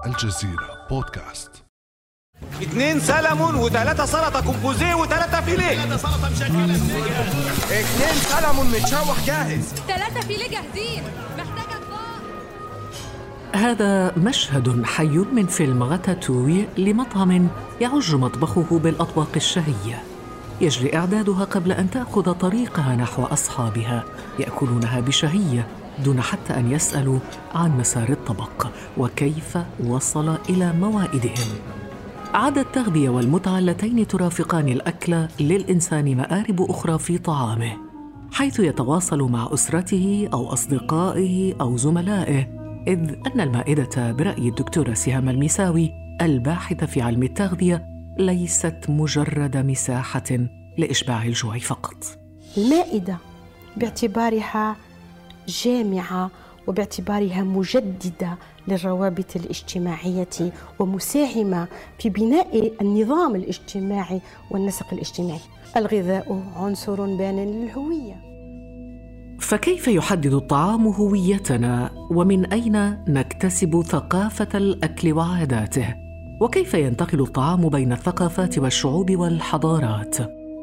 الجزيرة بودكاست. 2 سلمون و3 سلطة كومبوزيه و3 فيليه. 3 سلطة مشكلة. 2 سلمون متشوح جاهز. 3 فيليه جاهزين. محتاجة أطباق. هذا مشهد حي من فيلم راتاتوي لمطعم يعج مطبخه بالأطباق الشهية. يجري إعدادها قبل أن تأخذ طريقها نحو أصحابها يأكلونها بشهية دون حتى أن يسألوا عن مسار الطبق وكيف وصل إلى موائدهم. عادة التغذية والمتعة اللتين ترافقان الأكل للإنسان مآرب أخرى في طعامه، حيث يتواصل مع أسرته أو أصدقائه أو زملائه، إذ أن المائدة برأي الدكتورة سهام الميساوي الباحثة في علم التغذية ليست مجرد مساحة لإشباع الجوع فقط. المائدة باعتبارها جامعة وباعتبارها مجددة للروابط الاجتماعية ومساهمة في بناء النظام الاجتماعي والنسق الاجتماعي. الغذاء عنصر بان للهوية. فكيف يحدد الطعام هويتنا؟ ومن أين نكتسب ثقافة الأكل وعاداته؟ وكيف ينتقل الطعام بين الثقافات والشعوب والحضارات؟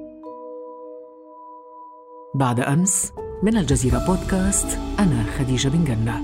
بعد أمس من الجزيرة بودكاست، أنا خديجة بن جنة.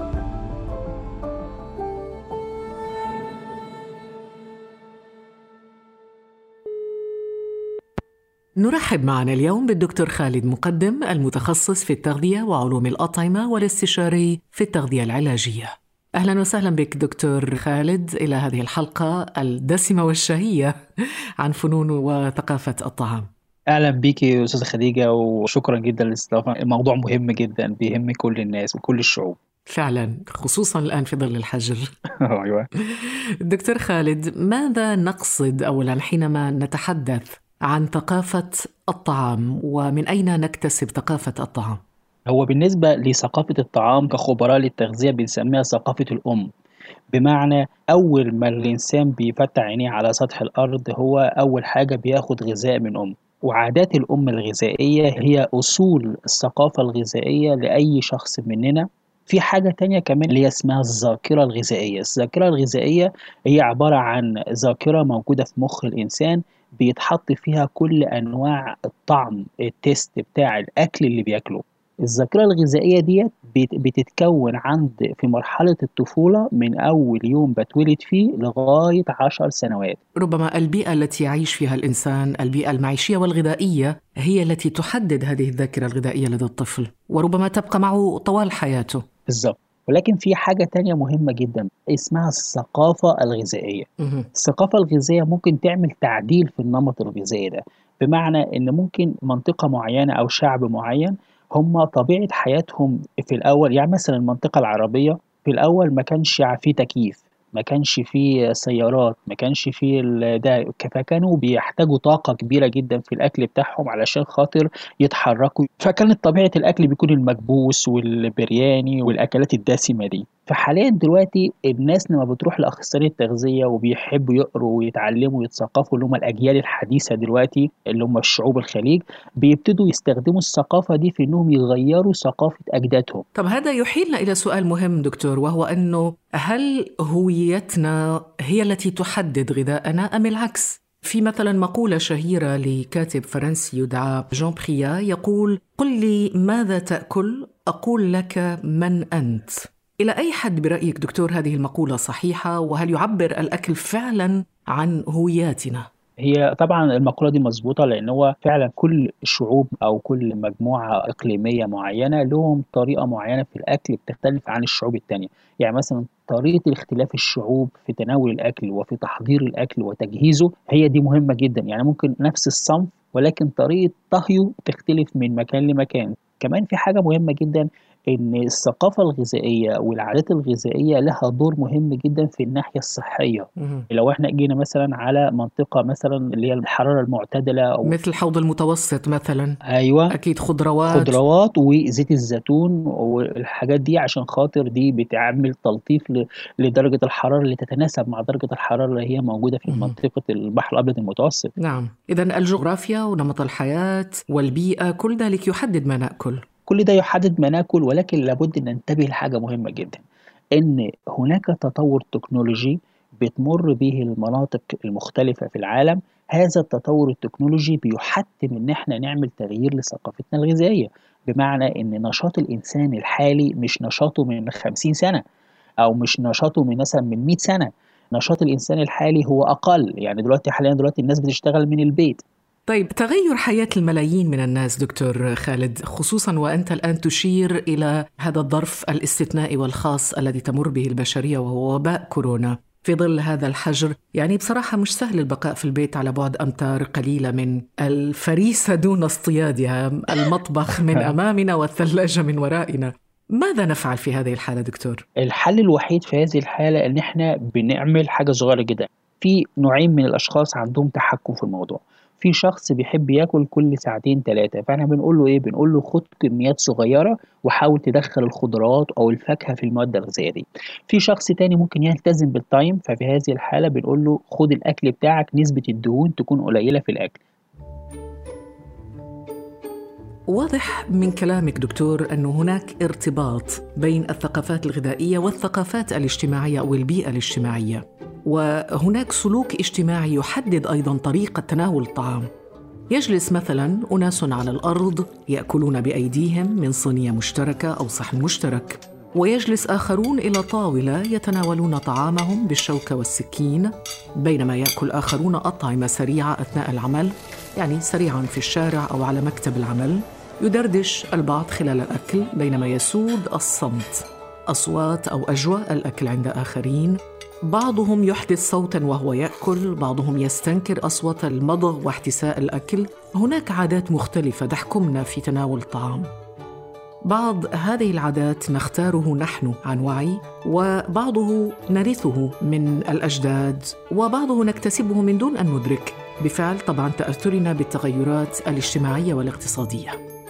نرحب معنا اليوم بالدكتور خالد مقدم، المتخصص في التغذية وعلوم الأطعمة والاستشاري في التغذية العلاجية. أهلا وسهلا بك دكتور خالد إلى هذه الحلقة الدسمة والشهية عن فنون وثقافة الطعام. أهلا بك يا أستاذة خديجة، وشكرا جدا للاستضافة. الموضوع مهم جدا، بيهم كل الناس وكل الشعوب فعلا، خصوصا الآن في ظل الحجر. أيوة. دكتور خالد، ماذا نقصد أولا حينما نتحدث عن ثقافة الطعام، ومن أين نكتسب ثقافة الطعام؟ هو بالنسبة لثقافة الطعام كخبراء للتغذية بنسميها ثقافة الأم. بمعنى أول ما الإنسان بيفتح عينيه على سطح الأرض، هو أول حاجة بياخد غذاء من أم. وعادات الأم الغذائية هي أصول الثقافة الغذائية لأي شخص مننا. في حاجة تانية كمان اللي هي اسمها الذاكرة الغذائية. الذاكرة الغذائية هي عبارة عن ذاكرة موجودة في مخ الإنسان، بيتحط فيها كل أنواع الطعم، التيست بتاع الأكل اللي بياكله. الذاكرة الغذائية دي بتتكون في مرحلة الطفولة، من أول يوم بتولد فيه لغاية 10 سنوات. ربما البيئة التي يعيش فيها الإنسان، البيئة المعيشية والغذائية، هي التي تحدد هذه الذاكرة الغذائية لدى الطفل، وربما تبقى معه طوال حياته. بالضبط. ولكن في حاجة تانية مهمة جدا اسمها الثقافة الغذائية. الثقافة الغذائية ممكن تعمل تعديل في النمط الغذائي ده، بمعنى إن ممكن منطقة معينة أو شعب معين هم طبيعة حياتهم في الأول، يعني مثلا المنطقة العربية في الأول ما كانش فيه تكييف، ما كانش فيه سيارات، ما كانش فيه ده، فكانوا بيحتاجوا طاقة كبيرة جدا في الأكل بتاعهم علشان خاطر يتحركوا. فكانت طبيعة الأكل بيكون المكبوس والبرياني والأكلات الدسمة دي. فحاليا دلوقتي الناس لما بتروح لأخصائي التغذية وبيحبوا يقروا ويتعلموا ويتثقفوا، اللي هم الأجيال الحديثة دلوقتي اللي هم الشعوب الخليج، بيبتدوا يستخدموا الثقافة دي في إنهم يغيروا ثقافة أجدادهم. طب هذا يحيلنا إلى سؤال مهم دكتور، وهو أنه هل هويتنا هي التي تحدد غذاءنا أم العكس؟ في مثلا مقولة شهيرة لكاتب فرنسي يدعى جان بريا يقول: قل لي ماذا تأكل أقول لك من أنت. إلى أي حد برأيك دكتور هذه المقولة صحيحة؟ وهل يعبر الأكل فعلا عن هوياتنا؟ هي طبعا المقولة دي مظبوطة، لأن هو فعلا كل شعوب أو كل مجموعة إقليمية معينة لهم طريقة معينة في الأكل بتختلف عن الشعوب التانية. يعني مثلا طريقة اختلاف الشعوب في تناول الأكل وفي تحضير الأكل وتجهيزه هي دي مهمة جدا. يعني ممكن نفس الصنف ولكن طريقة طهيه تختلف من مكان لمكان. كمان في حاجة مهمة جدا، إن الثقافة الغذائية والعادات الغذائية لها دور مهم جدا في الناحية الصحية. لو احنا جينا مثلا على منطقة مثلا اللي هي الحرارة المعتدلة أو مثل الحوض المتوسط مثلا، أيوة، أكيد خضروات وزيت الزيتون والحاجات دي، عشان خاطر دي بتعمل تلطيف لدرجة الحرارة اللي تتناسب مع درجة الحرارة اللي هي موجودة في منطقة البحر الأبيض المتوسط. نعم، إذن الجغرافيا ونمط الحياة والبيئة كل ذلك يحدد ما نأكل. كل ده يحدد ما ناكل، ولكن لابد ان ننتبه لحاجة مهمة جدا، إن هناك تطور تكنولوجي بتمر به المناطق المختلفة في العالم. هذا التطور التكنولوجي بيحتم إن احنا نعمل تغيير لثقافتنا الغذائية، بمعنى إن نشاط الإنسان الحالي مش نشاطه من 50 سنة أو مش نشاطه من مثلا من 100 سنة. نشاط الإنسان الحالي هو أقل، يعني حاليا الناس بتشتغل من البيت. طيب، تغير حياة الملايين من الناس دكتور خالد، خصوصا وأنت الآن تشير إلى هذا الظرف الاستثنائي والخاص الذي تمر به البشرية وهو وباء كورونا. في ظل هذا الحجر يعني بصراحة مش سهل البقاء في البيت على بعد أمتار قليلة من الفريسة دون اصطيادها، المطبخ من أمامنا والثلاجة من ورائنا. ماذا نفعل في هذه الحالة دكتور؟ الحل الوحيد في هذه الحالة إن احنا بنعمل حاجة صغيرة جدا. في نوعين من الأشخاص عندهم تحكم في الموضوع. في شخص بيحب ياكل كل 2-3 ساعات، فاحنا بنقول له ايه؟ بنقول له خد كميات صغيره وحاول تدخل الخضروات او الفاكهه في المواد الغذائيه دي. في شخص تاني ممكن يلتزم بالتايم، ففي هذه الحاله بنقول له خد الاكل بتاعك نسبه الدهون تكون قليله في الاكل. واضح من كلامك دكتور أنه هناك ارتباط بين الثقافات الغذائية والثقافات الاجتماعية أو البيئة الاجتماعية، وهناك سلوك اجتماعي يحدد أيضاً طريقة تناول الطعام. يجلس مثلاً أناس على الأرض يأكلون بأيديهم من صينية مشتركة أو صحن مشترك، ويجلس آخرون إلى طاولة يتناولون طعامهم بالشوكة والسكين، بينما يأكل آخرون أطعمة سريعة أثناء العمل، يعني سريعاً في الشارع أو على مكتب العمل. يدردش البعض خلال الأكل بينما يسود الصمت، أصوات أو أجواء الأكل عند آخرين. بعضهم يحدث صوتاً وهو يأكل، بعضهم يستنكر أصوات المضغ واحتساء الأكل. هناك عادات مختلفة تحكمنا في تناول الطعام. بعض هذه العادات نختاره نحن عن وعي، وبعضه نرثه من الأجداد، وبعضه نكتسبه من دون أن ندرك بفعل طبعاً تأثرنا بالتغيرات الاجتماعية والاقتصادية.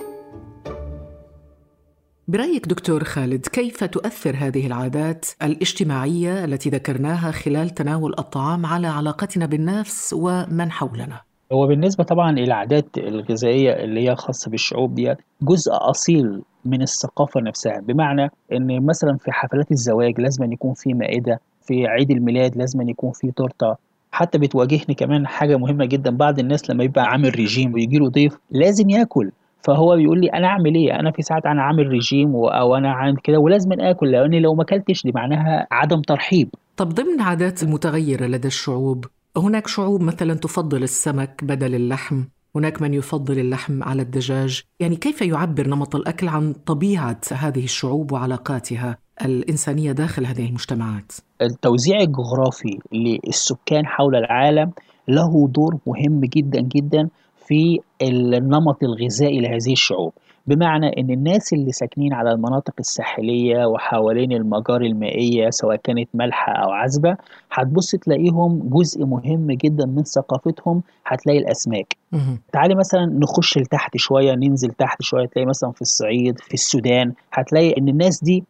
برأيك دكتور خالد، كيف تؤثر هذه العادات الاجتماعية التي ذكرناها خلال تناول الطعام على علاقتنا بالنفس ومن حولنا؟ هو بالنسبة طبعا إلى العادات الغذائية اللي هي خاصة بالشعوب دي جزء أصيل من الثقافة نفسها، بمعنى إن مثلا في حفلات الزواج لازم أن يكون في مائدة، في عيد الميلاد لازم أن يكون في تورتة. حتى بتواجهني كمان حاجة مهمة جدا، بعض الناس لما يبقى عامل ريجيم ويجي له ضيف لازم يأكل، فهو بيقول لي أنا أعمل إيه؟ أنا في ساعات أنا عامل ريجيم أو أنا عامل كده ولازم آكل، لأني لو ما أكلتش دي معناها عدم ترحيب. طب ضمن العادات المتغيرة لدى الشعوب، هناك شعوب مثلا تفضل السمك بدل اللحم، هناك من يفضل اللحم على الدجاج. يعني كيف يعبر نمط الأكل عن طبيعة هذه الشعوب وعلاقاتها الإنسانية داخل هذه المجتمعات؟ التوزيع الجغرافي للسكان حول العالم له دور مهم جدا جدا في النمط الغذائي لهذه الشعوب، بمعنى ان الناس اللي ساكنين على المناطق الساحلية وحوالين المجاري المائية سواء كانت مالحة او عذبة، هتبص تلاقيهم جزء مهم جدا من ثقافتهم هتلاقي الاسماك. تعالي مثلا نخش لتحت شوية، ننزل تحت شوية، تلاقي مثلا في الصعيد في السودان هتلاقي ان الناس دي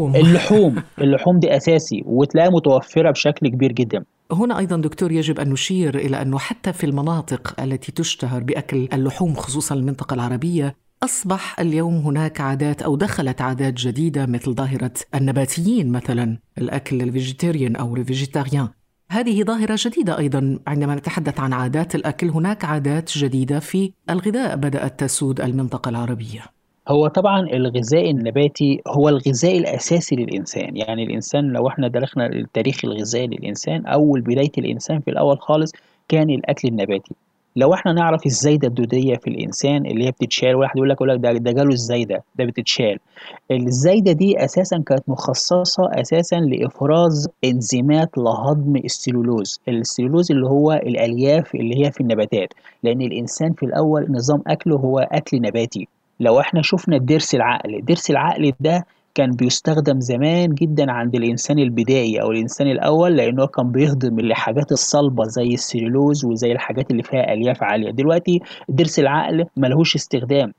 اللحوم دي اساسي وتلاقيها متوفرة بشكل كبير جدا. هنا أيضاً دكتور يجب أن نشير إلى أنه حتى في المناطق التي تشتهر بأكل اللحوم خصوصاً المنطقة العربية، أصبح اليوم هناك عادات أو دخلت عادات جديدة مثل ظاهرة النباتيين، مثلاً الأكل الفيجيتيريان أو الفيجيتاريان. هذه ظاهرة جديدة أيضاً. عندما نتحدث عن عادات الأكل هناك عادات جديدة في الغذاء بدأت تسود المنطقة العربية. هو طبعا الغذاء النباتي هو الغذاء الأساسي للإنسان. يعني الإنسان لو احنا درسنا التاريخ الغذائي للإنسان، أول بداية الإنسان في الأول خالص كان الأكل النباتي. لو احنا نعرف الزايدة الدودية في الإنسان اللي هي بتتشال، واحد يقول لك ده جاله الزايدة، ده بتتشال. الزايدة دي أساسا كانت مخصصة أساسا لإفراز إنزيمات لهضم السلولوز. السلولوز اللي هو الألياف اللي هي في النباتات، لأن الإنسان في الأول نظام أكله هو أكل نباتي. لو احنا شفنا ضرس العقل ده كان بيستخدم زمان جدا عند الإنسان البدائي أو الإنسان الأول، لأنه كان بيهضم الحاجات الصلبة زي السلولوز وزي الحاجات اللي فيها ألياف عالية. دلوقتي ضرس العقل ملهوش استخدام.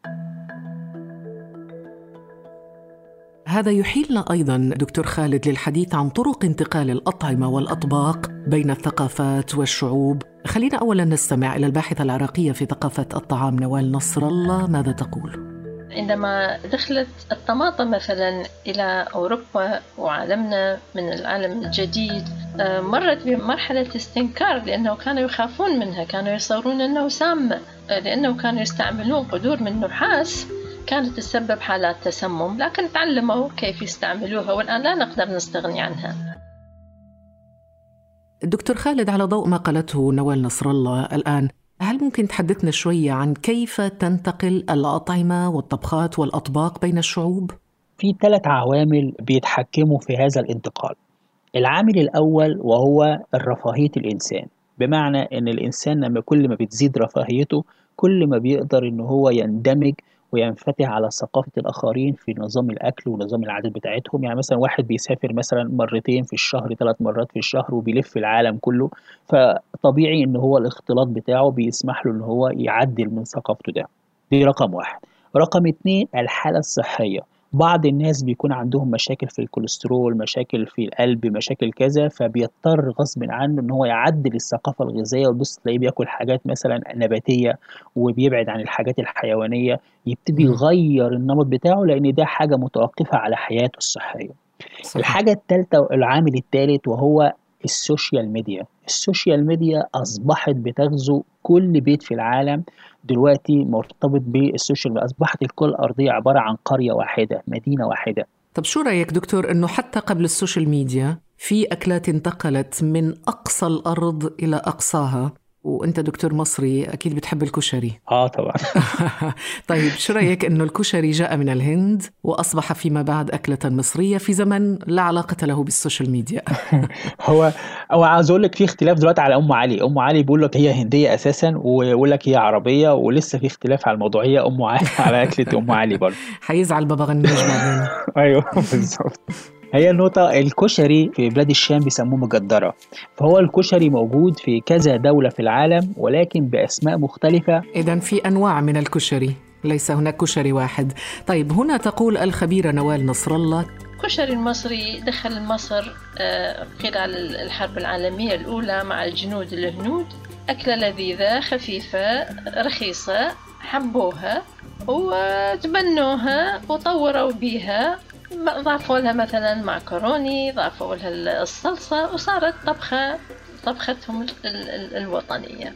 هذا يحيلنا أيضاً دكتور خالد للحديث عن طرق انتقال الأطعمة والأطباق بين الثقافات والشعوب. خلينا أولاً نستمع إلى الباحثة العراقية في ثقافة الطعام نوال نصر الله، ماذا تقول؟ عندما دخلت الطماطم مثلا إلى أوروبا وعالمنا من العالم الجديد، مرت بمرحلة استنكار لأنه كانوا يخافون منها، كانوا يصورون أنه سامة، لأنه كانوا يستعملون قدور من نحاس كانت تسبب حالات تسمم، لكن تعلموا كيف يستعملوها والآن لا نقدر نستغني عنها. دكتور خالد، على ضوء ما قالته نوال نصر الله الآن، هل ممكن تحدثنا شوية عن كيف تنتقل الأطعمة والطبخات والأطباق بين الشعوب؟ في 3 عوامل بيتحكموا في هذا الانتقال. العامل الأول وهو الرفاهية الإنسان، بمعنى أن الإنسان لما كل ما بتزيد رفاهيته كل ما بيقدر أنه هو يندمج وينفتح على ثقافة الآخرين في نظام الأكل ونظام العادات بتاعتهم. يعني مثلا واحد بيسافر مثلا مرتين في الشهر، 3 مرات في الشهر، وبيلف العالم كله، فطبيعي إن هو الاختلاط بتاعه بيسمح له إن هو يعدل من ثقافته ده. دي رقم 1. رقم 2 الحالة الصحية. بعض الناس بيكون عندهم مشاكل في الكوليسترول، مشاكل في القلب، مشاكل كذا، فبيضطر غصب عنه ان هو يعدل الثقافه الغذائيه، وبص تلاقيه بياكل حاجات مثلا نباتيه وبيبعد عن الحاجات الحيوانيه، يبتدي يغير النمط بتاعه لان ده حاجه متوقفه على حياته الصحيه. صحيح. الحاجه الثالثه، العامل الثالث، وهو السوشيال ميديا. السوشيال ميديا أصبحت بتغزو كل بيت في العالم دلوقتي مرتبط بالسوشيال ميديا. أصبحت الكرة الأرضية عبارة عن قرية واحدة، مدينة واحدة. طب شو رأيك دكتور أنه حتى قبل السوشيال ميديا في أكلات انتقلت من أقصى الأرض إلى أقصاها؟ وأنت دكتور مصري أكيد بتحب الكشري. طبعا. طيب شو رأيك أنه الكشري جاء من الهند وأصبح فيما بعد أكلة مصرية في زمن لا علاقة له بالسوشيال ميديا؟ هو عاوز أقول لك في اختلاف دلوقتي على أم علي. أم علي بيقول لك هي هندية أساسا، ويقول لك هي عربية، ولسه في اختلاف على الموضوع. هي أم علي على أكلة أم علي برضه. حيزعل بابا غنوج بعدين. أيوه بالظبط. هي النقطة، الكشري في بلاد الشام بيسموه مجدرة، فهو الكشري موجود في كذا دولة في العالم ولكن بأسماء مختلفة. إذن في أنواع من الكشري، ليس هناك كشري واحد. طيب هنا تقول الخبيرة نوال نصر الله: الكشري المصري دخل مصر خلال الحرب العالمية الأولى مع الجنود الهنود، أكلة لذيذة خفيفة رخيصة، حبوها وتبنوها وطوروا بيها، ضافوا لها مثلا معكروني، ضافوا لها الصلصة، وصارت طبختهم الوطنية.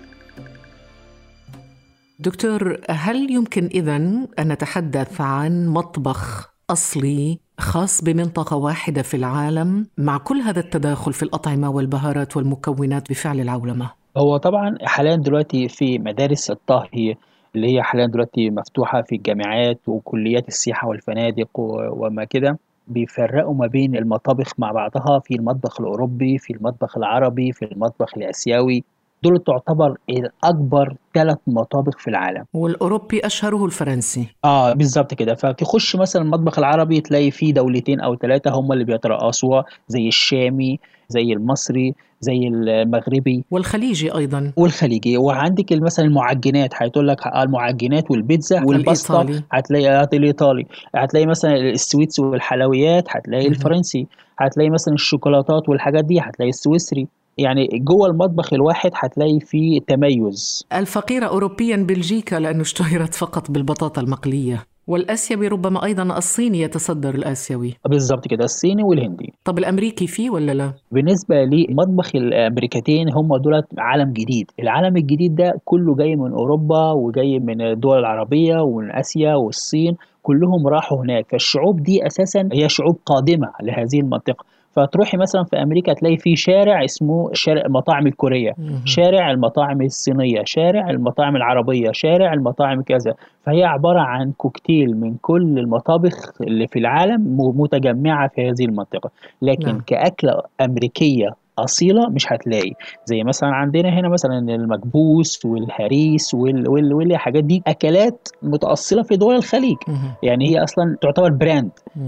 دكتور، هل يمكن إذن أن نتحدث عن مطبخ أصلي خاص بمنطقة واحدة في العالم مع كل هذا التداخل في الأطعمة والبهارات والمكونات بفعل العولمة؟ هو طبعا حاليا دلوقتي في مدارس الطهي اللي هي حاليا دلوقتي مفتوحة في الجامعات وكليات السياحة والفنادق وما كده، بيفرقوا ما بين المطابخ مع بعضها، في المطبخ الأوروبي، في المطبخ العربي، في المطبخ الآسيوي. دول تعتبر الأكبر 3 مطابخ في العالم، والأوروبي أشهره الفرنسي. بالظبط كده. فتخش مثلا المطبخ العربي تلاقي فيه 2 أو 3 هم اللي بيترأسوها، زي الشامي، زي المصري، زي المغربي، والخليجي أيضا. والخليجي. وعندك مثلا المعجنات، هتقول لك المعجنات والبيتزا والباستا، هتلاقي الإيطالي، هتلاقي مثلا السويتس والحلويات، هتلاقي الفرنسي، هتلاقي مثلا الشوكولاتات والحاجات دي، هتلاقي السويسري. يعني جوه المطبخ الواحد هتلاقي فيه تميز. الفقيرة أوروبيا بلجيكا لأنه اشتهرت فقط بالبطاطا المقلية، والآسيوي ربما أيضا الصيني يتصدر الآسيوي. بالضبط كده، الصيني والهندي. طب الأمريكي فيه ولا لا؟ بالنسبة لمطبخ الأمريكتين هم دولت عالم جديد. العالم الجديد ده كله جاي من أوروبا وجاي من الدول العربية ومن آسيا والصين، كلهم راحوا هناك. فالشعوب دي أساسا هي شعوب قادمة لهذه المنطقة. فتروحي مثلا في أمريكا تلاقي في شارع اسمه شارع المطاعم الكورية، شارع المطاعم الصينية، شارع المطاعم العربية، شارع المطاعم كذا. فهي عبارة عن كوكتيل من كل المطابخ اللي في العالم متجمعة في هذه المنطقة. لكن كأكلة أمريكية أصيلة مش هتلاقي. زي مثلا عندنا هنا مثلا المكبوس والهريس والحاجات دي أكلات متأصلة في دول الخليج. يعني هي أصلا تعتبر براند.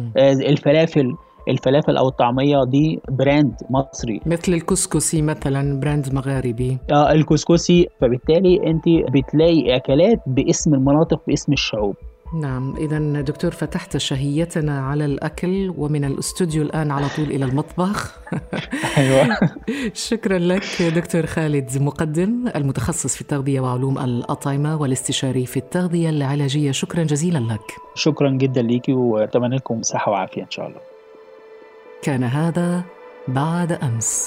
الفلافل أو الطعمية دي براند مصري، مثل الكسكسي مثلا براند مغاربي. الكسكسي. فبالتالي أنت بتلاقي أكلات باسم المناطق، باسم الشعوب. نعم، إذن دكتور فتحت شهيتنا على الأكل، ومن الاستوديو الآن على طول إلى المطبخ. أيوة. شكرا لك دكتور خالد مقدم، المتخصص في التغذية وعلوم الأطعمة والاستشاري في التغذية العلاجية. شكرا جزيلا لك. شكرا جدا ليكي، وأتمنى لكم صحة وعافية إن شاء الله. كان هذا بعد أمس.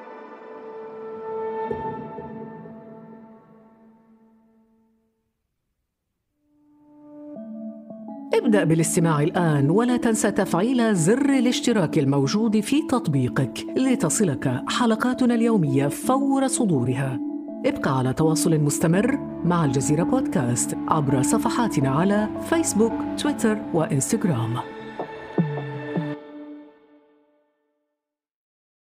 ابدأ بالاستماع الآن، ولا تنسى تفعيل زر الاشتراك الموجود في تطبيقك لتصلك حلقاتنا اليومية فور صدورها. ابقى على تواصل مستمر مع الجزيرة بودكاست عبر صفحاتنا على فيسبوك، تويتر وإنستغرام.